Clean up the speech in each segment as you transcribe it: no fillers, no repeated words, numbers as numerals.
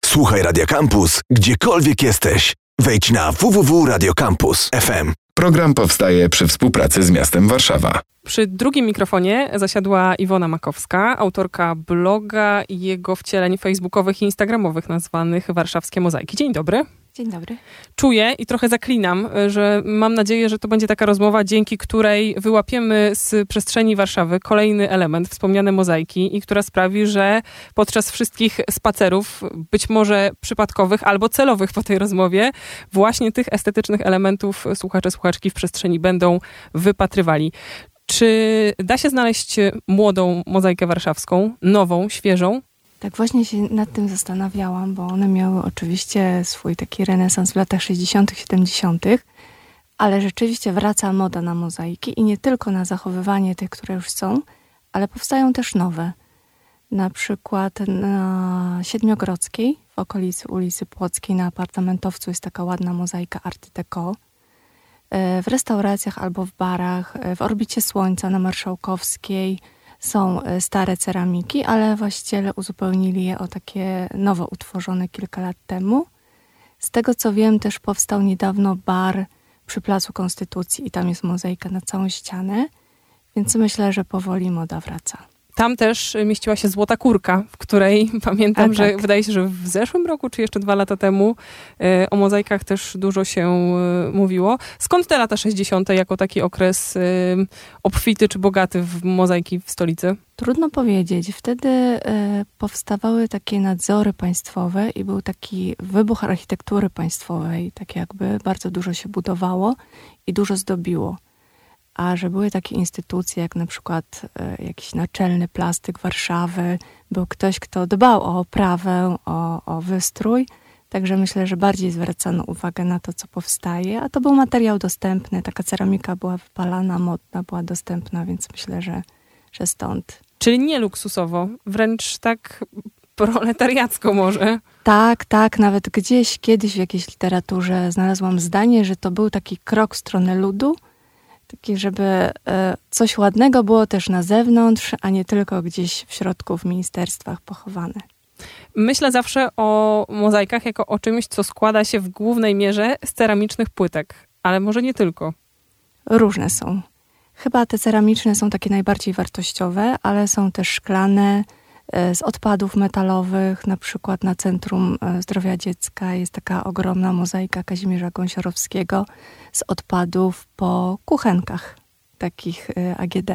Słuchaj Radia Campus, gdziekolwiek jesteś. Wejdź na www.radiocampus.fm. Program powstaje przy współpracy z miastem Warszawa. Przy drugim mikrofonie zasiadła Iwona Makowska, autorka bloga i jego wcieleń facebookowych i instagramowych nazwanych Warszawskie Mozaiki. Dzień dobry. Dzień dobry. Czuję i trochę zaklinam, że mam nadzieję, że to będzie taka rozmowa, dzięki której wyłapiemy z przestrzeni Warszawy kolejny element, wspomniane mozaiki, i która sprawi, że podczas wszystkich spacerów, być może przypadkowych albo celowych po tej rozmowie, właśnie tych estetycznych elementów słuchacze, słuchaczki w przestrzeni będą wypatrywali. Czy da się znaleźć młodą mozaikę warszawską, nową, świeżą? Tak właśnie się nad tym zastanawiałam, bo one miały oczywiście swój taki renesans w latach 60., 70., ale rzeczywiście wraca moda na mozaiki i nie tylko na zachowywanie tych, które już są, ale powstają też nowe. Na przykład na Siedmiogrodzkiej, w okolicy ulicy Płockiej, na Apartamentowcu jest taka ładna mozaika Art Deco. W restauracjach albo w barach, w Orbicie Słońca na Marszałkowskiej są stare ceramiki, ale właściciele uzupełnili je o takie nowo utworzone kilka lat temu. Z tego co wiem, też powstał niedawno bar przy Placu Konstytucji i tam jest mozaika na całą ścianę, więc myślę, że powoli moda wraca. Tam też mieściła się Złota Kurka, w której pamiętam, że wydaje się, że w zeszłym roku, czy jeszcze 2 lata temu o mozaikach też dużo się mówiło. Skąd te lata 60. jako taki okres obfity czy bogaty w mozaiki w stolicy? Trudno powiedzieć. Wtedy powstawały takie nadzory państwowe i był taki wybuch architektury państwowej. Tak jakby bardzo dużo się budowało i dużo zdobiło. A że były takie instytucje, jak na przykład jakiś naczelny plastyk Warszawy, był ktoś, kto dbał o oprawę, o wystrój, także myślę, że bardziej zwracano uwagę na to, co powstaje, a to był materiał dostępny, taka ceramika była wypalana, modna, była dostępna, więc myślę, że stąd. Czyli nie luksusowo, wręcz tak proletariacko może. Tak, nawet gdzieś kiedyś w jakiejś literaturze znalazłam zdanie, że to był taki krok w stronę ludu, taki, żeby coś ładnego było też na zewnątrz, a nie tylko gdzieś w środku w ministerstwach pochowane. Myślę zawsze o mozaikach jako o czymś, co składa się w głównej mierze z ceramicznych płytek, ale może nie tylko. Różne są. Chyba te ceramiczne są takie najbardziej wartościowe, ale są też szklane, z odpadów metalowych, na przykład na Centrum Zdrowia Dziecka jest taka ogromna mozaika Kazimierza Gąsiorowskiego z odpadów po kuchenkach takich AGD.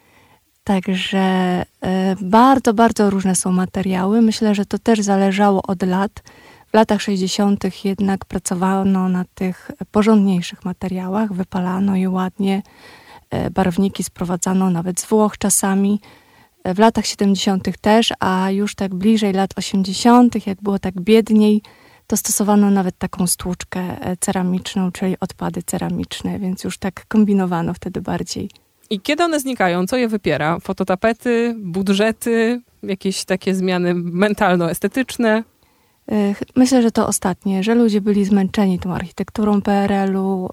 Także bardzo, bardzo różne są materiały. Myślę, że to też zależało od lat. W latach 60. jednak pracowano na tych porządniejszych materiałach, wypalano je ładnie, barwniki sprowadzano nawet z Włoch czasami. W latach 70. też, a już tak bliżej lat 80., jak było tak biedniej, to stosowano nawet taką stłuczkę ceramiczną, czyli odpady ceramiczne, więc już tak kombinowano wtedy bardziej. I kiedy one znikają? Co je wypiera? Fototapety, budżety, jakieś takie zmiany mentalno-estetyczne? Myślę, że to ostatnie, że ludzie byli zmęczeni tą architekturą PRL-u,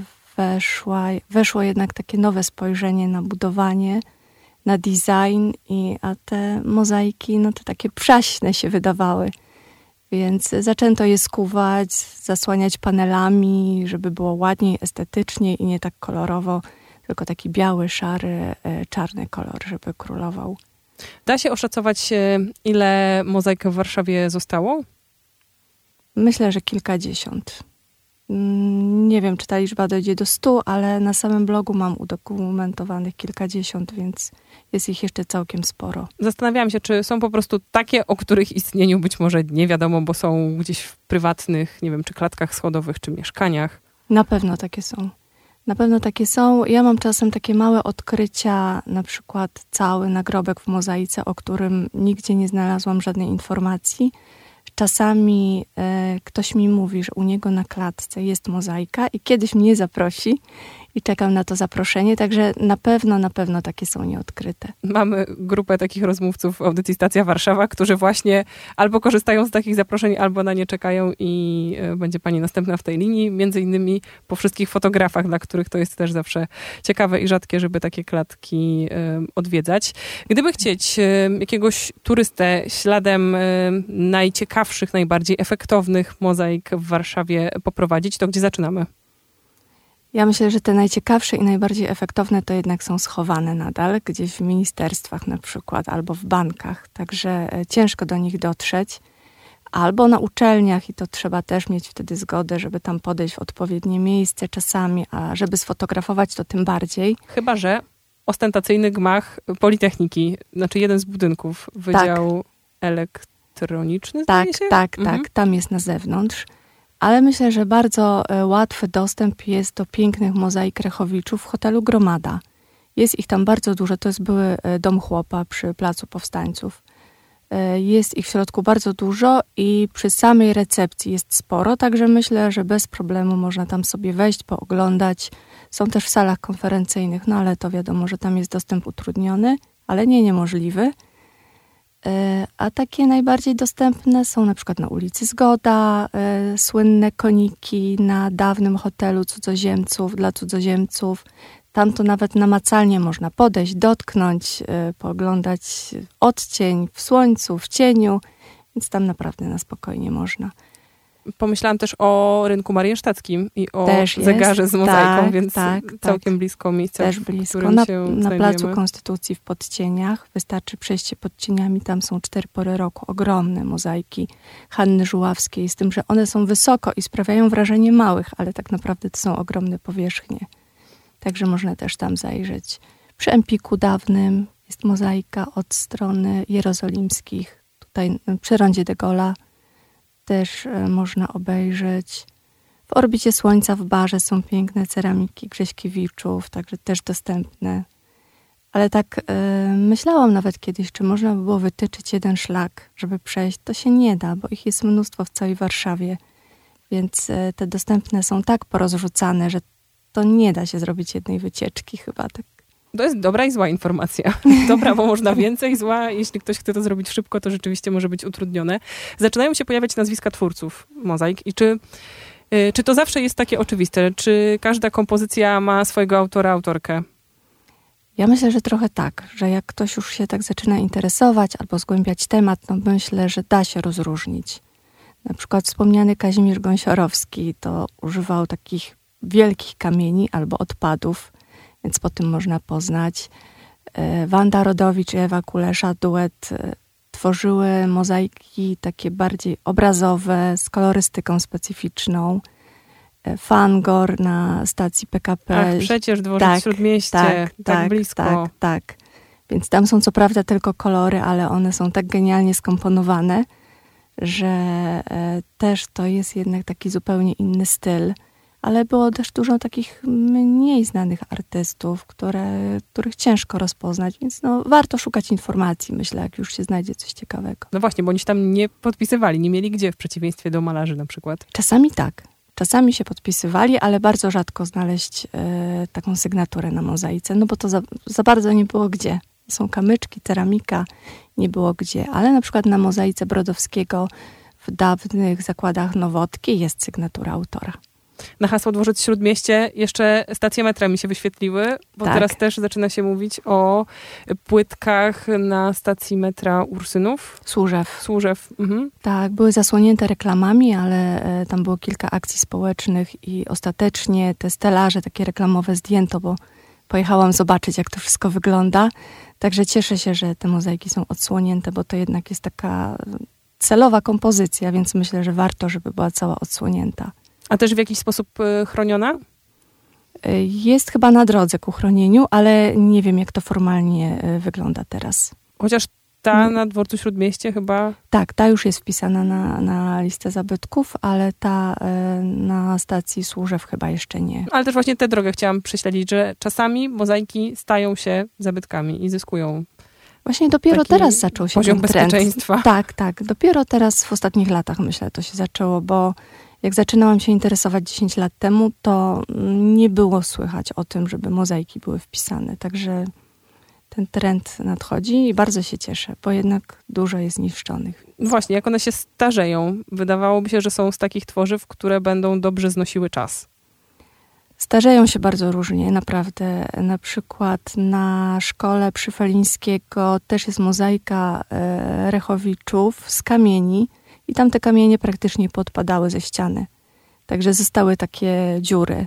weszło jednak takie nowe spojrzenie na budowanie, na design, a te mozaiki, no to takie przaśne się wydawały. Więc zaczęto je skuwać, zasłaniać panelami, żeby było ładniej, estetycznie i nie tak kolorowo, tylko taki biały, szary, czarny kolor, żeby królował. Da się oszacować, ile mozaik w Warszawie zostało? Myślę, że kilkadziesiąt. Nie wiem, czy ta liczba dojdzie do 100, ale na samym blogu mam udokumentowanych kilkadziesiąt, więc jest ich jeszcze całkiem sporo. Zastanawiałam się, czy są po prostu takie, o których istnieniu być może nie wiadomo, bo są gdzieś w prywatnych, nie wiem, czy klatkach schodowych, czy mieszkaniach. Na pewno takie są. Na pewno takie są. Ja mam czasem takie małe odkrycia, na przykład cały nagrobek w mozaice, o którym nigdzie nie znalazłam żadnej informacji. Czasami ktoś mi mówi, że u niego na klatce jest mozaika i kiedyś mnie zaprosi i czekam na to zaproszenie, także na pewno takie są nieodkryte. Mamy grupę takich rozmówców w audycji Stacja Warszawa, którzy właśnie albo korzystają z takich zaproszeń, albo na nie czekają i będzie pani następna w tej linii, między innymi po wszystkich fotografach, dla których to jest też zawsze ciekawe i rzadkie, żeby takie klatki odwiedzać. Gdyby chcieć jakiegoś turystę śladem najciekawszych, najbardziej efektownych mozaik w Warszawie poprowadzić, to gdzie zaczynamy? Ja myślę, że te najciekawsze i najbardziej efektowne to jednak są schowane nadal, gdzieś w ministerstwach na przykład, albo w bankach, także ciężko do nich dotrzeć. Albo na uczelniach i to trzeba też mieć wtedy zgodę, żeby tam podejść w odpowiednie miejsce czasami, a żeby sfotografować to tym bardziej. Chyba że ostentacyjny gmach Politechniki, znaczy jeden z budynków, Wydział Elektroniczny, zdaje się? Tak, tam jest na zewnątrz. Ale myślę, że bardzo łatwy dostęp jest do pięknych mozaik Rechowiczów w hotelu Gromada. Jest ich tam bardzo dużo. To jest były dom chłopa przy Placu Powstańców. Jest ich w środku bardzo dużo i przy samej recepcji jest sporo, także myślę, że bez problemu można tam sobie wejść, pooglądać. Są też w salach konferencyjnych, no ale to wiadomo, że tam jest dostęp utrudniony, ale nie niemożliwy. A takie najbardziej dostępne są na przykład na ulicy Zgoda, słynne koniki na dawnym hotelu cudzoziemców, dla cudzoziemców. Tam to nawet namacalnie można podejść, dotknąć, pooglądać odcień w słońcu, w cieniu, więc tam naprawdę na spokojnie można. Pomyślałam też o rynku mariensztackim i o też zegarze jest. z mozaiką, Tak, więc całkiem blisko miejsca, też w blisko. którym się Na Placu znajdujemy. Konstytucji w Podcieniach. Wystarczy przejście pod cieniami. Tam są 4 pory roku. Ogromne mozaiki Hanny Żuławskiej. Z tym, że one są wysoko i sprawiają wrażenie małych, ale tak naprawdę to są ogromne powierzchnie. Także można też tam zajrzeć. Przy Empiku dawnym jest mozaika od strony jerozolimskich. Tutaj przy rondzie de Gaulle'a też można obejrzeć. W orbicie Słońca w barze są piękne ceramiki Grześkiewiczów, także też dostępne. Ale tak myślałam nawet kiedyś, czy można by było wytyczyć jeden szlak, żeby przejść. To się nie da, bo ich jest mnóstwo w całej Warszawie. Więc te dostępne są tak porozrzucane, że to nie da się zrobić jednej wycieczki chyba. Tak. To jest dobra i zła informacja. Dobra, bo można więcej, zła, jeśli ktoś chce to zrobić szybko, to rzeczywiście może być utrudnione. Zaczynają się pojawiać nazwiska twórców mozaik i czy to zawsze jest takie oczywiste? Czy każda kompozycja ma swojego autora, autorkę? Ja myślę, że trochę tak, że jak ktoś już się tak zaczyna interesować albo zgłębiać temat, no myślę, że da się rozróżnić. Na przykład wspomniany Kazimierz Gąsiorowski to używał takich wielkich kamieni albo odpadów, więc po tym można poznać. Wanda Rodowicz i Ewa Kulesza, duet, tworzyły mozaiki takie bardziej obrazowe, z kolorystyką specyficzną. Fangor na stacji PKP. Ach, przecież Dworzec Śródmieście, tak blisko. Tak. Więc tam są co prawda tylko kolory, ale one są tak genialnie skomponowane, że też to jest jednak taki zupełnie inny styl. Ale było też dużo takich mniej znanych artystów, których ciężko rozpoznać, więc warto szukać informacji, myślę, jak już się znajdzie coś ciekawego. No właśnie, bo oni się tam nie podpisywali, nie mieli gdzie, w przeciwieństwie do malarzy na przykład. Czasami tak. Czasami się podpisywali, ale bardzo rzadko znaleźć taką sygnaturę na mozaice, no bo to za bardzo nie było gdzie. Są kamyczki, ceramika, nie było gdzie. Ale na przykład na mozaice Brodowskiego w dawnych zakładach Nowotki jest sygnatura autora. Na hasło Dworzec Śródmieście jeszcze stacje metra mi się wyświetliły, bo Tak. teraz też zaczyna się mówić o płytkach na stacji metra Ursynów. Służew. Mhm. Tak, były zasłonięte reklamami, ale tam było kilka akcji społecznych i ostatecznie te stelaże takie reklamowe zdjęto, bo pojechałam zobaczyć, jak to wszystko wygląda. Także cieszę się, że te mozaiki są odsłonięte, bo to jednak jest taka celowa kompozycja, więc myślę, że warto, żeby była cała odsłonięta. A też w jakiś sposób chroniona? Jest chyba na drodze ku chronieniu, ale nie wiem, jak to formalnie wygląda teraz. Chociaż ta na Dworcu Śródmieście chyba... Tak, ta już jest wpisana na listę zabytków, ale ta na stacji Służew chyba jeszcze nie. Ale też właśnie tę drogę chciałam prześledzić, że czasami mozaiki stają się zabytkami i zyskują Właśnie dopiero teraz zaczął się poziom ten trend. bezpieczeństwa. Tak. Dopiero teraz w ostatnich latach, myślę, to się zaczęło, bo Jak zaczynałam się interesować 10 lat temu, to nie było słychać o tym, żeby mozaiki były wpisane. Także ten trend nadchodzi i bardzo się cieszę, bo jednak dużo jest niszczonych. Właśnie, jak one się starzeją, wydawałoby się, że są z takich tworzyw, które będą dobrze znosiły czas. Starzeją się bardzo różnie, naprawdę. Na przykład na szkole przy Felińskiego też jest mozaika Rechowiczów z kamieni i tam te kamienie praktycznie podpadały ze ściany. Także zostały takie dziury.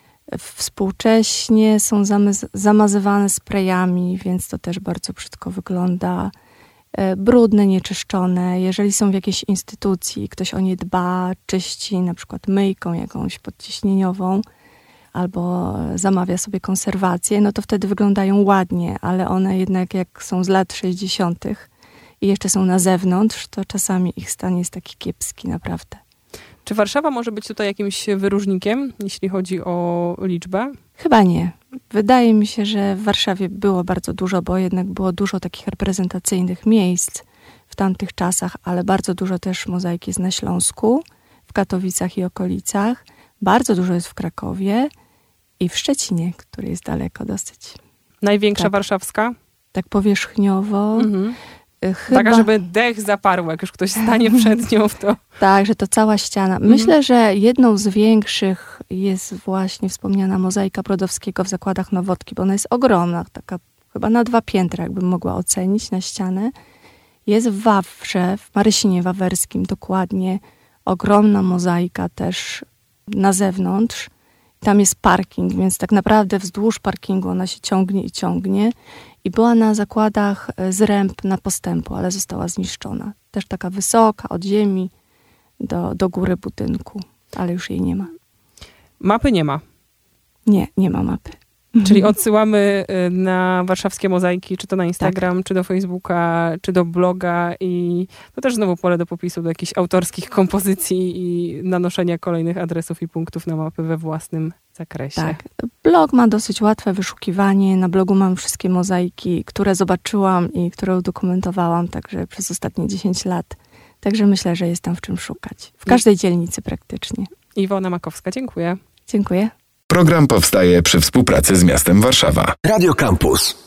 Współcześnie są zamazywane sprayami, więc to też bardzo brzydko wygląda. Brudne, nieczyszczone. Jeżeli są w jakiejś instytucji, ktoś o nie dba, czyści na przykład myjką jakąś podciśnieniową, albo zamawia sobie konserwację, no to wtedy wyglądają ładnie, ale one jednak jak są z lat 60. i jeszcze są na zewnątrz, to czasami ich stan jest taki kiepski, naprawdę. Czy Warszawa może być tutaj jakimś wyróżnikiem, jeśli chodzi o liczbę? Chyba nie. Wydaje mi się, że w Warszawie było bardzo dużo, bo jednak było dużo takich reprezentacyjnych miejsc w tamtych czasach, ale bardzo dużo też mozaiki jest na Śląsku, w Katowicach i okolicach. Bardzo dużo jest w Krakowie i w Szczecinie, który jest daleko dosyć. Największa warszawska? Tak powierzchniowo. Chyba... Taka, żeby dech zaparł, jak już ktoś stanie przed nią w to. Tak, że to cała ściana. Myślę, że jedną z większych jest właśnie wspomniana mozaika Brodowskiego w Zakładach Nowotki, bo ona jest ogromna, taka chyba na 2 piętra, jakbym mogła ocenić na ścianę. Jest w Wawrze, w Marysinie Wawerskim dokładnie, ogromna mozaika też na zewnątrz. Tam jest parking, więc tak naprawdę wzdłuż parkingu ona się ciągnie i ciągnie. I była na zakładach Zręb na Postępu, ale została zniszczona. Też taka wysoka, od ziemi do góry budynku, ale już jej nie ma. Mapy nie ma. Nie ma mapy. Czyli odsyłamy na warszawskie mozaiki, czy to na Instagram, czy do Facebooka, czy do bloga i to też znowu pole do popisu do jakichś autorskich kompozycji i nanoszenia kolejnych adresów i punktów na mapy we własnym zakresie. Tak. Blog ma dosyć łatwe wyszukiwanie. Na blogu mam wszystkie mozaiki, które zobaczyłam i które udokumentowałam także przez ostatnie 10 lat. Także myślę, że jest tam w czym szukać. W każdej dzielnicy praktycznie. Iwona Makowska, dziękuję. Dziękuję. Program powstaje przy współpracy z miastem Warszawa. Radio Campus.